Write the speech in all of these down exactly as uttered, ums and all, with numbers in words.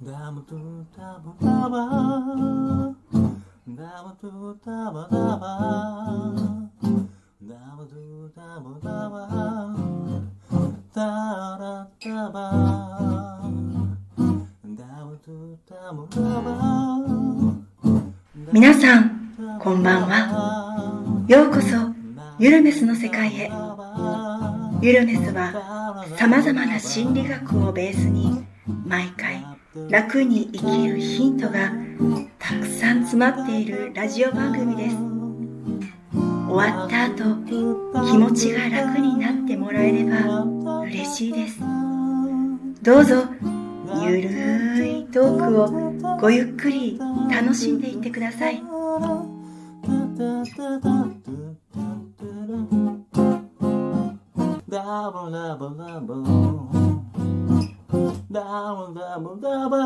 ダムトゥダムダバダムトゥダバダバダムトゥダムダバダラダバダムトゥダムダバ。 皆さんこんばんは。ようこそユルメスの世界へ。ユルメスはさまざまな心理学をベースに毎回楽に生きるヒントがたくさん詰まっているラジオ番組です。終わった後気持ちが楽になってもらえれば嬉しいです。どうぞゆるいトークをごゆっくり楽しんでいってください。 ダブダブダブダブダブダブ。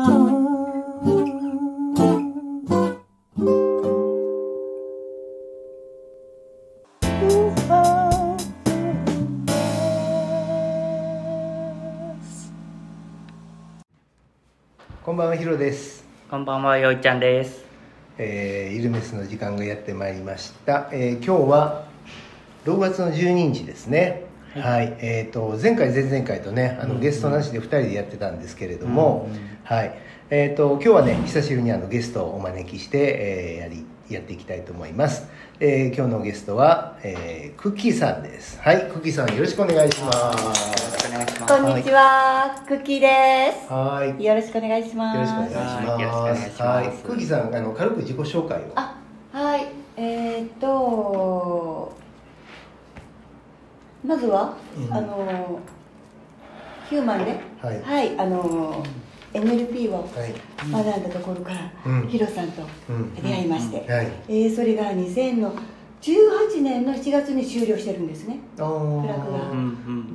こんばんは、ヒロです。 こんばんは、よいちゃんです。 えー、イルメスの時間がやってまいりました。えー、今日はろくがつのじゅうににちですね。はい、はい、えーと前回前々回とね、あのゲストなしでふたりでやってたんですけれども、うんうん、はい、えーと今日はね久しぶりにあのゲストをお招きして、えー、やりやっていきたいと思います。えー、今日のゲストは、えー、クッキーさんです。はい、クッキーさんよろしくお願いします。 よろしくお願いします。こんにちは、はい、クッキーです。 はい、 よろしくお願いします。 よろしくお願いします。はい、クッキーさんあの軽く自己紹介を。 あ、はい、えーとまずは、うん、あのヒューマンで、はい、はい、あの エヌエルピー を学んだところから、うん、ヒロさんと出会いまして、うんうんはい、えー、それがにせんじゅうはちねんのしちがつに終了してるんですね。クラクが、うんうん、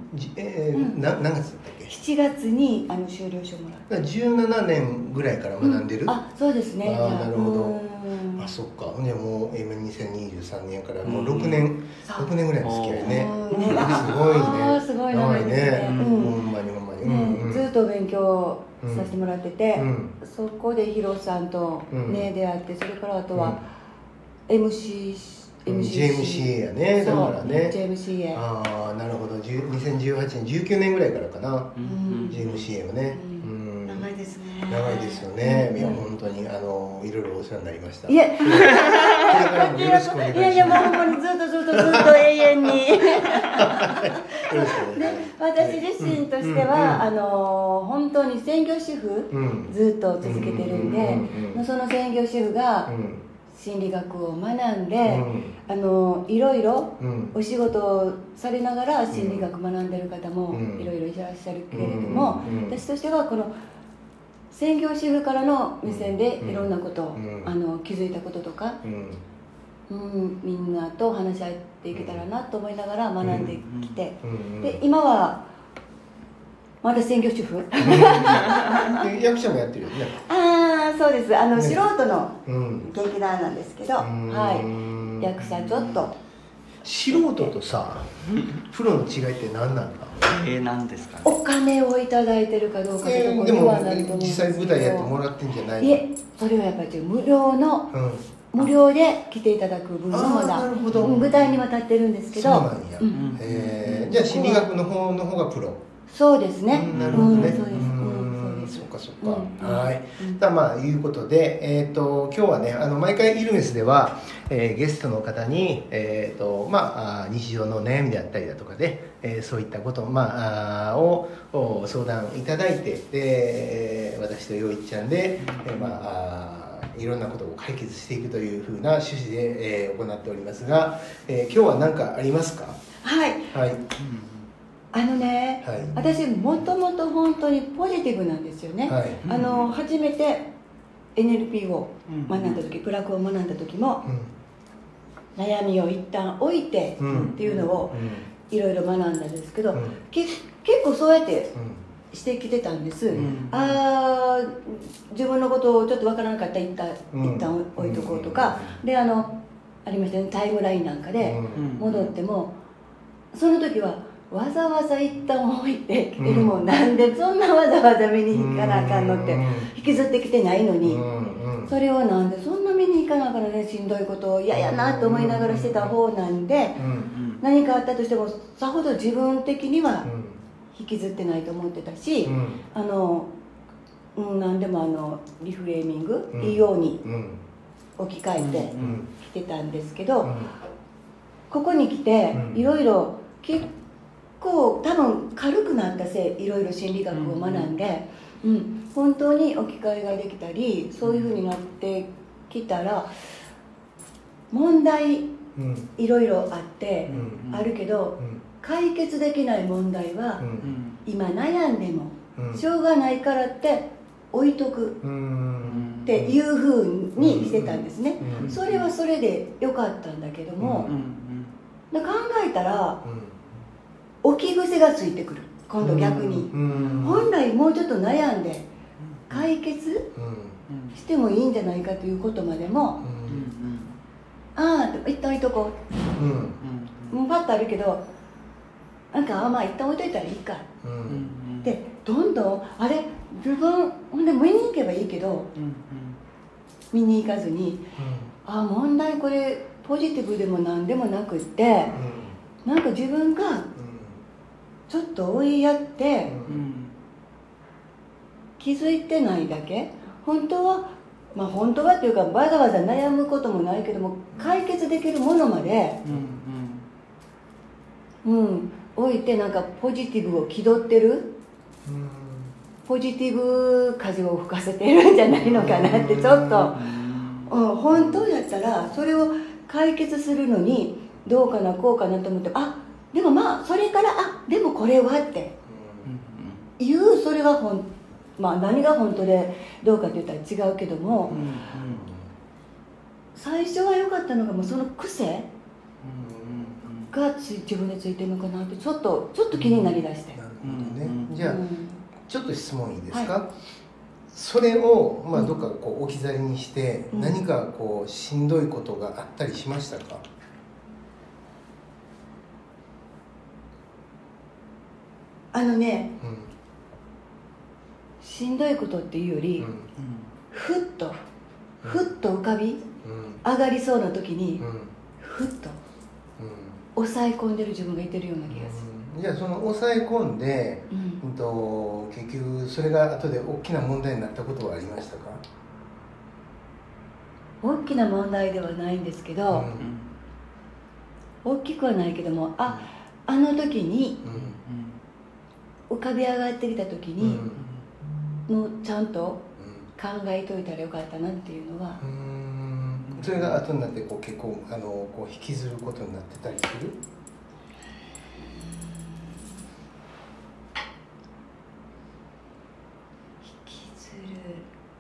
えーうん、な何月だったっけ？ しちがつにあの終了証もらった。 じゅうななねんぐらいから学んでる？ うん、あ、そうですね。 あ、なるほど。あ、そっか。ね、もう今にせんにじゅうさんねんからもうろくねん、うん、ろくねんぐらいの付き合いね。すごいね。 すごい長いですね。 うん、ほんまにほんまに。うんうん、 ずっと勉強させてもらってて、うん、そこでヒロさんとね、出会って、それからあとは エムシージェーエムシーエー やね。だからねジェーエムシーエー。 ああ、なるほど。にせんじゅうはちねんじゅうきゅうねんぐらいからかな、うん、ジェーエムシーエー はね、 うん、長いですね。 長いですよね、うん、いや本当にあのいろいろお世話になりました。 いや、これからもよろしくお願いします。いやいや、もうほんまにずっとずっとずっと永遠によろしくお願いします。で、私自身としては、うん、あの本当に専業主婦、うん、ずっと続けてるんで、うん、その専業主婦が、うん、心理学を学んで、うん、あのいろいろお仕事をされながら心理学学んでる方もいろいろいらっしゃるけれども、うんうん、私としてはこの専業主婦からの目線でいろんなことを、うん、あの気づいたこととか、うんうん、みんなと話し合っていけたらなと思いながら学んできて、うん、で今はまだ専業主婦役者もやってるよね。 ああ、そうです。あの、ね、素人の劇団なんですけど、うん、はい、役者ちょっと素人とさプロの違いって何なんだ？ えー、何ですかね。 お金をいただいてるかどうかってところにはなると思うんですけど、 実際舞台やってもらってんじゃないの？ いえ、それはやっぱり無料の、うん、無料で来ていただく分もまだ舞台には立ってるんですけど。 そうなんや、うん、えー、じゃあ心理学の方の方がプロ？ そうですね、 うん、なるほどね、うん、 そうです、うん、 そっかそっか、うん、はい、うん、だまあいうことで、えー、と今日はねあの毎回イルメスでは、えー、ゲストの方に、えーとまあ、日常の悩みであったりだとかで、えー、そういったこと、まあ、を相談いただいて、で私とよいちゃんで、えー、まあいろんなことを解決していくというふうな趣旨で、えー、行っておりますが、えー、今日は何かありますか？ はい、 はい、 あのね、はい、私もともと本当にポジティブなんですよね、はい、あの初めて エヌエルピー を学んだ時、うん、プラクを学んだ時も、うん、悩みを一旦置いてっていうのをいろいろ学んだんですけど、うん、け結構そうやってしてきてたんです、うん、ああ自分のことをちょっとわからなかったら一旦、うん、一旦置いとこうとか、うん、であのありましたね、タイムラインなんかで戻っても、その時はわざわざ一旦置いてきてるもん、うん、なんでそんなわざわざ見に行かなあかんのって、引きずってきてないのに、うんうん、それをなんでそんな見に行かなあかんのね、しんどいことを嫌やなと思いながらしてた方なんで、うん、何かあったとしてもさほど自分的には引きずってないと思ってたし、うん、あの、うん、何でもあのリフレーミング、うん、いいように置き換えてきてたんですけど、うん、ここに来ていろいろ結構多分軽くなったせい、いろいろ心理学を学んで、うんうん、本当に置き換えができたりそういう風になってきたら問題いろいろあって、うん、あるけど、うん、解決できない問題は、うん、今悩んでも、うん、しょうがないからって置いとくっていう風にしてたんですね、うん、それはそれで良かったんだけども、うん、考えたら、うん、置き癖がついてくる、今度逆に、うん、本来もうちょっと悩んで解決してもいいんじゃないかということまでも、うん、ああ一旦置いとこう、うん、もうパッとあるけどなんかあまあ一旦置いといたらいいか、うん、でどんどんあれ自分ほんで見に行けばいいけど、うん、見に行かずに、うん、ああ問題これポジティブでも何でもなくって、うん、なんか自分がちょっと追いやって、うん、気づいてないだけ、本当はまあ本当はっていうかわざわざ悩むこともないけども解決できるものまで、うん、うん、置いてなんかポジティブを気取ってる、うん、ポジティブ風を吹かせてるんじゃないのかなってちょっと、うん、本当やったらそれを解決するのにどうかなこうかなと思って、あでもまあそれからあでもこれはっていう、それがほんまあ何が本当でどうかって言ったら違うけども、うんうん、最初は良かったのがもうその癖がつ自分でついてるのかなってちょっとちょっと気になりだして、うん、なるほどね、じゃあ、うん、ちょっと質問いいですか、はい、それを、まあ、どっかこう置き去りにして、うん、何かこうしんどいことがあったりしましたか？ あのね、うん、しんどいことっていうより、うん、ふっとふっと浮かび、うん、上がりそうな時に、うん、ふっと、うん、抑え込んでる自分がいてるような気がする、 うん、じゃあその抑え込んで、うんうん、と結局それが後で大きな問題になったことはありましたか？ 大きな問題ではないんですけど、うん、大きくはないけども、あ、あの時に、うん、浮かび上がってきた時に、うん、もうちゃんと考えといたらよかったなっていうのは、うん、 それが後になってこう結構あのこう引きずることになってたりする？ 引きずる、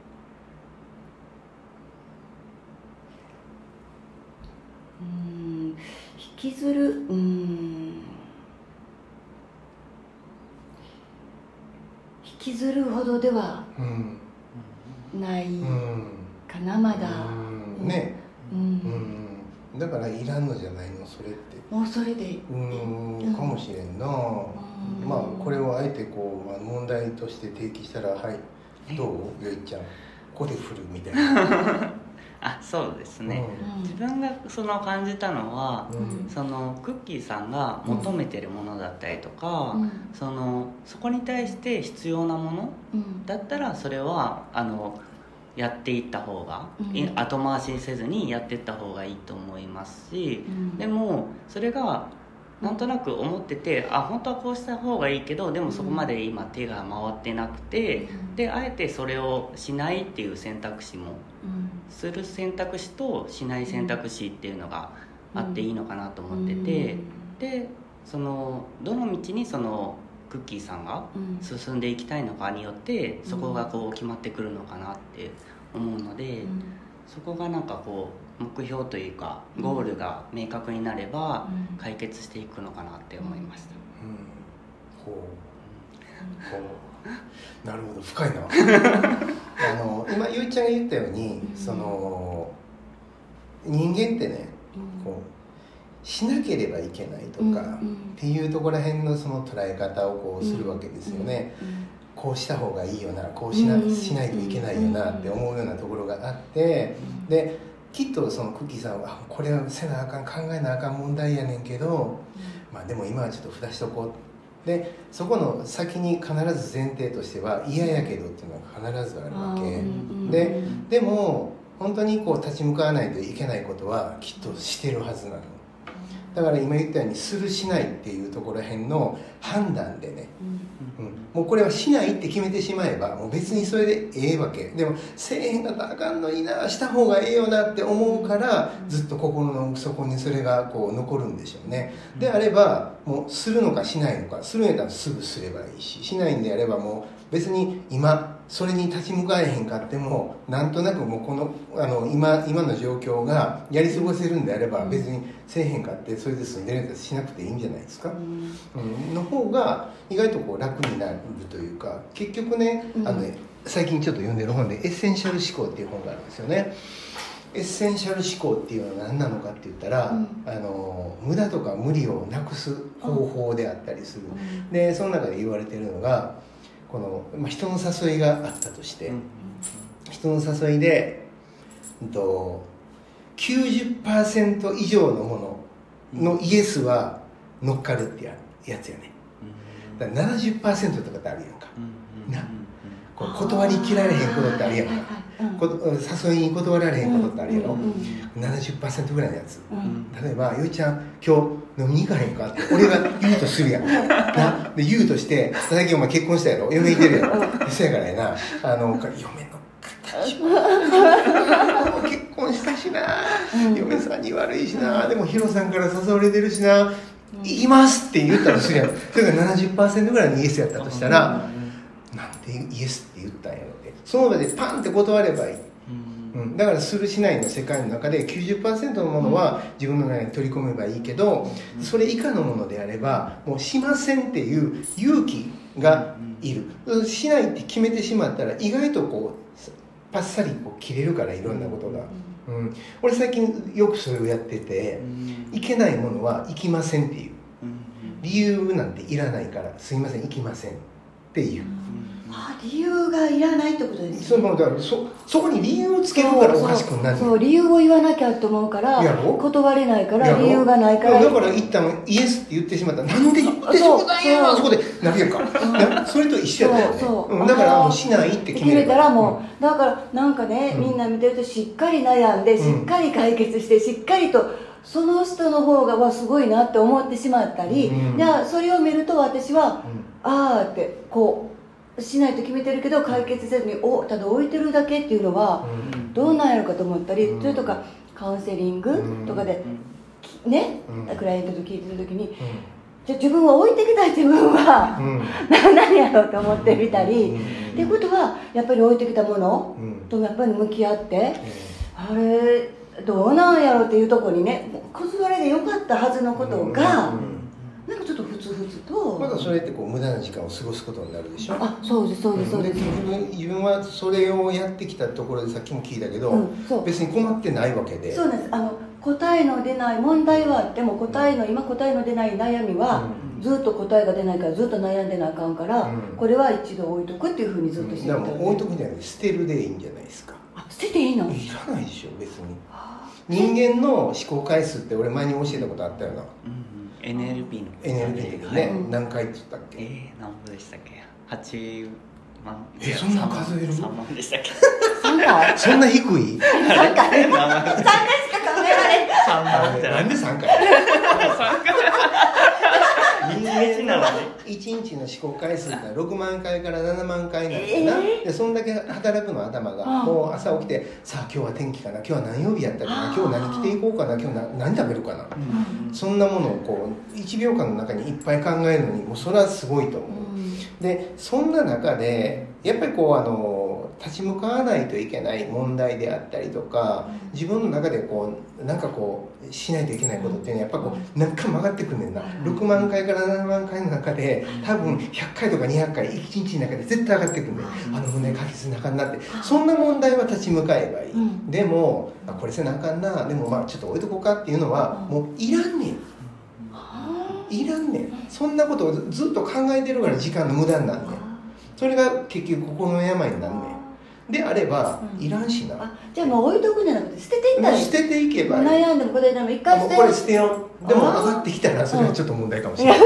うん引きずる、うん引きずるほどではないかな、まだ、 うんね、うんうん、だからいらんのじゃないのそれって、 もうそれでうんかもしれんな、うん、まあこれをあえてこう、まあ、問題として提起したら、はいどうよいちゃんここで振るみたいなあ、そうですね、うん、自分がその感じたのは、うん、そのクッキーさんが求めてるものだったりとか、うん、そのそこに対して必要なもの、うん、だったらそれはあのやっていった方が、うん、後回しせずにやっていった方がいいと思いますし、うん、でもそれがなんとなく思ってて、あ本当はこうした方がいいけどでもそこまで今手が回ってなくて、うん、であえてそれをしないっていう選択肢も、うん、する選択肢としない選択肢っていうのがあっていいのかなと思ってて、うん、でそのどの道にそのクッキーさんが進んでいきたいのかによってそこがこう決まってくるのかなって思うので、うん、そこがなんかこう目標というかゴールが明確になれば解決していくのかなって思いました、 うんうん、ほう、うん、ほうなるほど深いなあの今ゆいちゃんが言ったように、うん、その人間ってねこしなければいけないとかっていうところら辺のその捉え方をこうするわけですよね。こうした方がいいよな、こうしな、しないといけないよなって思うようなところがあって、できっとそのクッキーさんはこれはせなあかん、考えなあかん問題やねんけど、まあでも今はちょっと蓋しとこうで、そこの先に必ず前提としては嫌やけどっていうのが必ずあるわけで、でも本当にこう立ち向かわないといけないことはきっとしてるはずなの。だから今言ったようにするしないっていうところら辺の判断でね、うんうん、もうこれはしないって決めてしまえばもう別にそれでええわけ。でもせえへんかったらあかんのにな、した方がええよなって思うからずっと心の底にそれがこう残るんでしょうね。であればもうするのかしないのか、するんやったらすぐすればいいし、しないんであればもう別に今それに立ち向かえへんかってもなんとなくもうこの、あの 今, 今の状況がやり過ごせるんであれば別にせえへんかってそれで済んでるんだったらしなくていいんじゃないですか、うんうん、の方が意外とこう楽になるというか、結局ね、あのね最近ちょっと読んでる本でエッセンシャル思考っていう本があるんですよね。エッセンシャル思考っていうのは何なのかって言ったら、うん、あの無駄とか無理をなくす方法であったりする、うん、でその中で言われてるのがこの、まあ、人の誘いがあったとして、うん、人の誘いで、うん、と きゅうじゅっパーセント 以上のもののイエスは乗っかるってやつやね。だから ななじゅっパーセント とかってあるやんか、うん、なこう断り切られへんことってあるやんか、誘いに断られへんことってあるやろ、うんうん、ななじゅっパーセント ぐらいのやつ、うん、例えば「よいちゃん今日飲みに行かへんか?」って俺が言うとするやんなで言うとして「最近お前結婚したやろ、嫁いてるやろ」そやからやな、あの嫁の形も結婚したしな、嫁さんに悪いしな、でもヒロさんから誘われてるしな、行きますって言ったらするやん。それが ななじゅっパーセント ぐらいのイエスやったとしたら、なんでイエスって言ったんやろって、その場でパンって断ればいい、うん、だからするしないの世界の中で きゅうじゅっパーセント のものは自分の中に取り込めばいいけど、それ以下のものであればもうしませんっていう勇気がいる。しないって決めてしまったら意外とこうパッサリこう切れるから、いろんなことが、うん、俺最近よくそれをやってて、いけないものはいきませんっていう理由なんていらないから、すいませんいきませんっていう、 あ、理由がいらないってことですね。そうだから そ, そこに理由をつけるからおかしくなる。 そうそう、理由を言わなきゃと思うから断れないから、理由がないから、 だから一旦イエスって言ってしまったら、なんで言ってしまったんや、そこでなるやんか、うん、それと一緒やったよね。そうそう、うん、だからもうしないって決めれば、決めたらもう、うん、だからなんかね、みんな見てるとしっかり悩んで、しっかり解決して、しっかりとその人の方がわすごいなって思ってしまったり、うん、じゃあそれを見ると私は、うん、ああってこうしないと決めてるけど解決せずにおただ置いてるだけっていうのはどうなんやろかと思ったり、うん、それとかカウンセリングとかで、うん、ね、うん、クライアントと聞いてる時に、うん、じゃあ自分は置いてきた自分は、うん、何やろうと思ってみたり、うん、っていうことはやっぱり置いてきたものとやっぱり向き合って、うん、あれどうなんやろうっていうところにね、こそれでよかったはずのことが、うん、なんかちょっとふつふつとまだそれってこう無駄な時間を過ごすことになるでしょ。 あ、そうですそうですそうです。 自分、自分はそれをやってきたところでさっきも聞いたけど、うん、別に困ってないわけで。 そうなんです。あの答えの出ない問題はあっても、答えの今答えの出ない悩みは、うん、ずっと答えが出ないからずっと悩んでなあかんから、うん、これは一度置いとくっていうふうにずっとしてた、 うん、だからもう置いとくんじゃなくて捨てるでいいんじゃないですか。 あ、捨てていいの？ いらないでしょ別に。人間の思考回数って俺前に教えたことあったよな、うん、 エヌエルピー のエヌエルピー でね、はい、何回って言ったっけ。 えー、何本でしたっけ。はちまん。 え、そんな数える？ さんまんでしたっけ。 さんかいそんな低い？さんかいさんかいしか考えられん。 さんまんってなんでさんかい人間のいちにちの思考回数がろくまんかいからななまんかいなんだな、えー、でそんだけ働くの頭がもう朝起きて、さあ今日は天気かな、今日は何曜日やったかな、今日何着ていこうかな、今日な何食べるかな、うん、そんなものをこういちびょうかんの中にいっぱい考えるのにもうそれはすごいと思う、うん、でそんな中でやっぱりこうあの立ち向かわないといけない問題であったりとか、自分の中でこうなんかこうしないといけないことっていうのはやっぱこう何回も上がってくるねんな。ろくまんかいからななまんかいの中で多分ひゃっかいとかにひゃっかいいちにちの中で絶対上がってくるねん。あの問題解決しなあかんなって、そんな問題は立ち向かえばいい、うん、でもあこれせなあかんな、でもまあちょっと置いとこうかっていうのはもういらんねん、いらんねん。そんなことをずっと考えてるから時間の無駄になんねん。それが結局心の病になんねん。であれば、うん、いらんしな。あ、 じゃあもう置いとくんじゃなくて捨てていったらいい。 捨てていけばいい。 悩んでもこれでも一回捨てよう。 これ捨てよう。でも上がってきたらそれはちょっと問題かもしれない。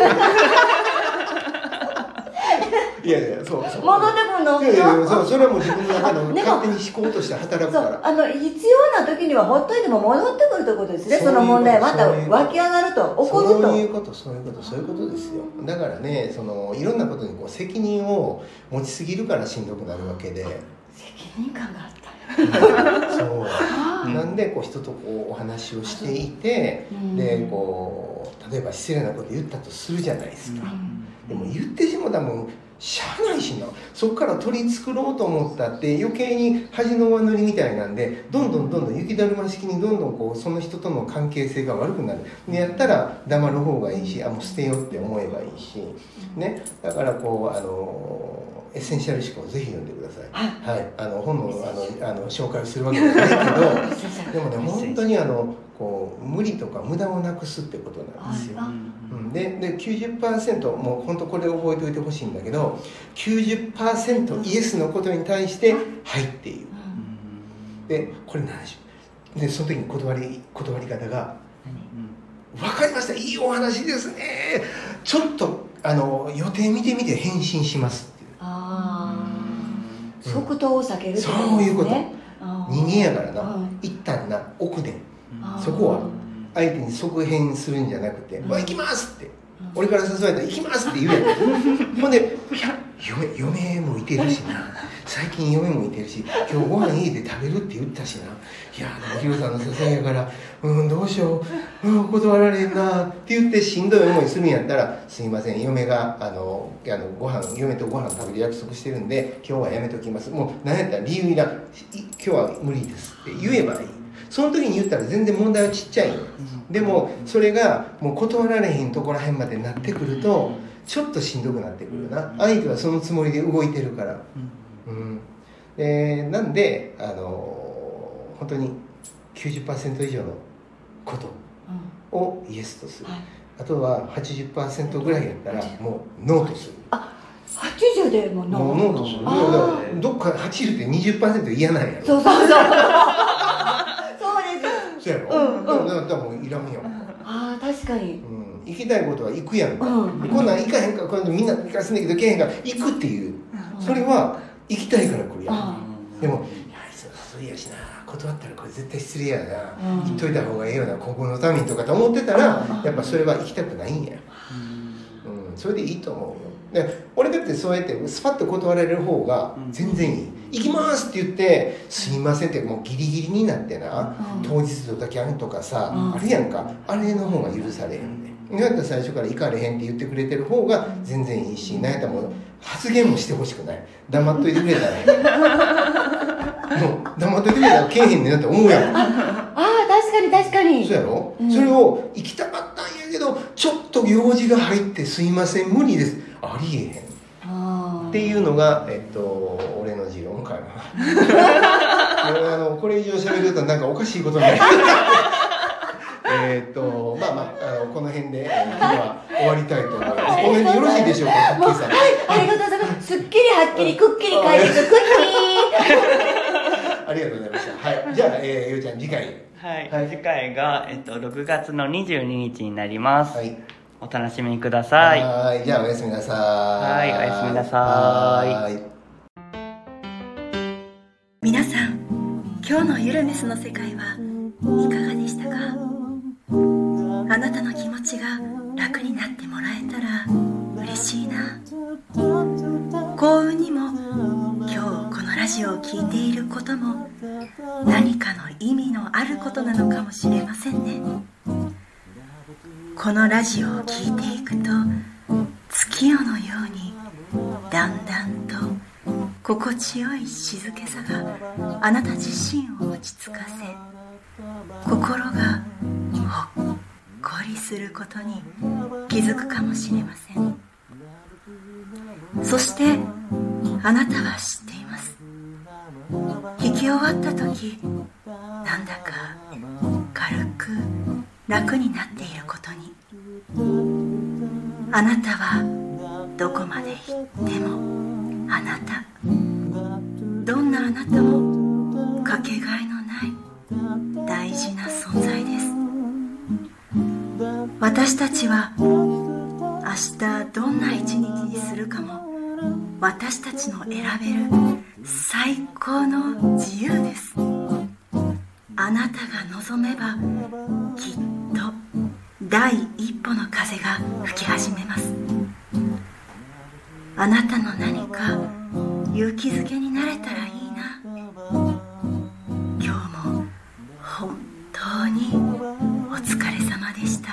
いやいや、そうそう。 戻ってくるの。 いやいや、そう、それはもう自分の中の勝手に思考として働くから。 あの必要な時にはほっといても戻ってくるということですね。その問題また湧き上がると、起こると。 そういうこと、そういうこと、そういうことですよ。だからね、そのいろんなことにこう責任を持ちすぎるからしんどくなるわけで。 責任感があった。 そうなんでこう人とこうお話をしていて、でこう例えば失礼なこと言ったとするじゃないですか、でも言ってしもたもんしゃあないしな、そこから取り繕ろうと思ったって余計に恥の上塗りみたいなんで、どんどんどんどん雪だるま式にどんどんこうその人との関係性が悪くなる。でやったら黙る方がいいし、あもう捨てようって思えばいいしね。だからこうあのエッセンシャル思考をぜひ読んでください。はい、あの本のあのあの紹介をするわけじゃないけど、でもね本当にあのこう無理とか無駄をなくすってことなんですよ。うん、で, で きゅうじゅっパーセント もう本当これを覚えておいてほしいんだけど、きゅうじゅっパーセント イエスのことに対してはいっていう。でこれ何でしょう。でその時に断り断り方が、分かりました、いいお話ですね。ちょっとあの予定見てみて返信します。 ああ、即答を避けるってことですね。 そういうこと。人間やからな、一旦な奥でそこは相手に即返するんじゃなくて「もう行きます」って俺から誘われたら「行きます」って言うやん。ほんで「いや嫁, 嫁もいてるしな、最近嫁もいてるし今日ご飯家で食べるって言ったしな、いやでもヒロさんの誘いやからうんどうしよう、うん断られんな」って言ってしんどい思いするんやったら「すいません嫁があのあのご飯嫁とご飯食べる約束してるんで今日はやめときます、もう何やったら理由いらん、今日は無理です」って言えばいい。その時に言ったら全然問題はちっちゃいの、うん、でもそれがもう断られへんところらへんまでなってくるとちょっとしんどくなってくるな。相手はそのつもりで動いてるから、うんうん、でなんであの本当に きゅうじゅっパーセント 以上のことをイエスとする、うんはい、あとは はちじゅっパーセント ぐらいやったらもうノーとする。 あはちじゅうでもノー、 もうノーとする。だからどっかはちじゅうって にじゅっパーセント 嫌なんやろ。 そうそうそうそうやろ、うんうん、だからだからもういらんやん。 ああ確かに、 うん、行きたいことは行くやんか、うん、こんなん行かへんか、これみんな行かせんねんけどけへんから行くっていう、うん、それは行きたいから来るやん、うん、でもいやそれやしな、断ったらこれ絶対失礼やな、うん、言っといた方がええよな今後のためにとかと思ってたら、うん、やっぱそれは行きたくないんや、うんうん、それでいいと思うよ。で俺だってそうやってスパッと断られる方が全然いい、うん、行きますって言ってすいませんってもうギリギリになってな、うん、当日ドタキャンとかさ、うん、あるやんか、あれの方が許されへんね。なんやったら最初から行かれへんって言ってくれてる方が全然いいし、なんやったらもう発言もしてほしくない、黙っといてくれたらもう黙っといてくれたらけえへんねんなって思うやん。 ああ確かに確かにそうやろ、うん、それを行きたかったんやけどちょっと用事が入ってすいません無理です、ありえへんっていうのが、えっと、俺の持論かな。あのこれ以上喋るとなんかおかしいことになる。えっとまあまあ、あのこの辺で、えー、今日は終わりたいと思います。この辺でよろしいでしょうか、クッキーさん。 はい、ありがとうございます。すっきりはっきりくっきり解決クッキー。ありがとうございました。はい、じゃあ、えー、ゆうちゃん次回。 はい、はい、次回が、えっと、ろくがつのにじゅうににちになります。はい。お楽しみください。 はい、じゃあおやすみなさい。 はい、おやすみなさい。 皆さん、今日のゆるミスの世界はいかがでしたか？あなたの気持ちが楽になってもらえたら嬉しいな。幸運にも今日このラジオを聞いていることも何かの意味のあることなのかもしれませんね。このラジオを聞いていくと月夜のようにだんだんと心地よい静けさがあなた自身を落ち着かせ、心がほっこりすることに気づくかもしれません。そしてあなたは知っています。弾き終わった時、なんだか軽く楽になっていることに。あなたはどこまで行ってもあなた、どんなあなたもかけがえのない大事な存在です。私たちは明日どんな一日にするかも私たちの選べる最高の自由です。あなたが望めばきっと第一歩の風が吹き始めます。あなたの何か勇気づけになれたらいいな。今日も本当にお疲れ様でした。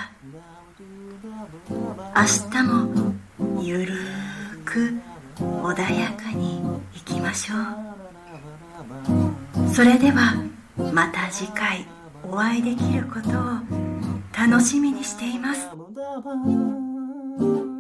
明日もゆるーく穏やかにいきましょう。それではまた次回お会いできることを楽しみにしています。